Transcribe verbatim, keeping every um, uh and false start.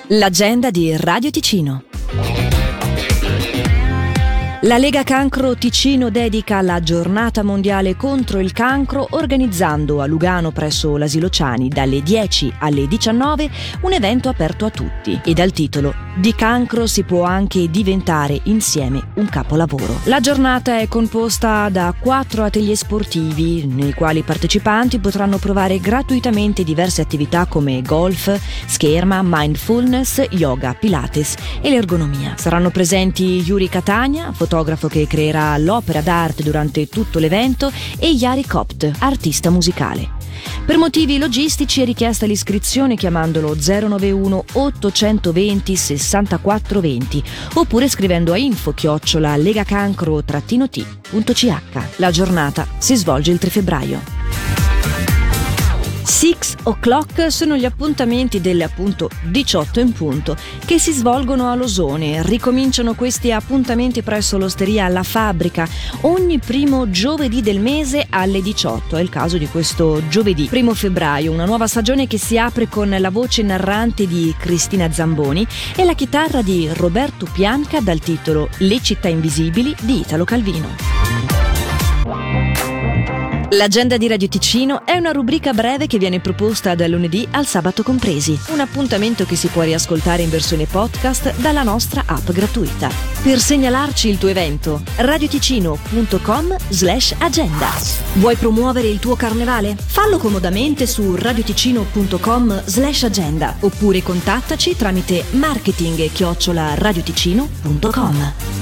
L'agenda di Radio Ticino. La Lega Cancro Ticino dedica la giornata mondiale contro il cancro organizzando a Lugano presso l'Asilo Ciani dalle dieci alle diciannove un evento aperto a tutti e dal titolo "Di cancro si può anche diventare insieme un capolavoro". La giornata è composta da quattro atelier sportivi nei quali i partecipanti potranno provare gratuitamente diverse attività come golf, scherma, mindfulness, yoga, pilates e l'ergonomia. Saranno presenti Yuri Catania, fotografo che creerà l'opera d'arte durante tutto l'evento, e Yari Kopt, artista musicale. Per motivi logistici è richiesta l'iscrizione chiamandolo zero nove uno otto due zero sessantaquattro venti oppure scrivendo a info chiocciola legacancro trattino t punto c h. La giornata si svolge il tre febbraio. Six O'Clock sono gli appuntamenti delle appunto diciotto in punto che si svolgono a Losone. Ricominciano questi appuntamenti presso l'osteria La Fabbrica ogni primo giovedì del mese alle diciotto. È il caso di questo giovedì primo febbraio, una nuova stagione che si apre con la voce narrante di Cristina Zamboni e la chitarra di Roberto Pianca dal titolo Le città invisibili di Italo Calvino. L'agenda di Radio Ticino è una rubrica breve che viene proposta dal lunedì al sabato compresi. Un appuntamento che si può riascoltare in versione podcast dalla nostra app gratuita. Per segnalarci il tuo evento, radioticino punto com slash agenda. Vuoi promuovere il tuo carnevale? Fallo comodamente su radioticino punto com slash agenda oppure contattaci tramite marketing chiocciola radioticino punto com.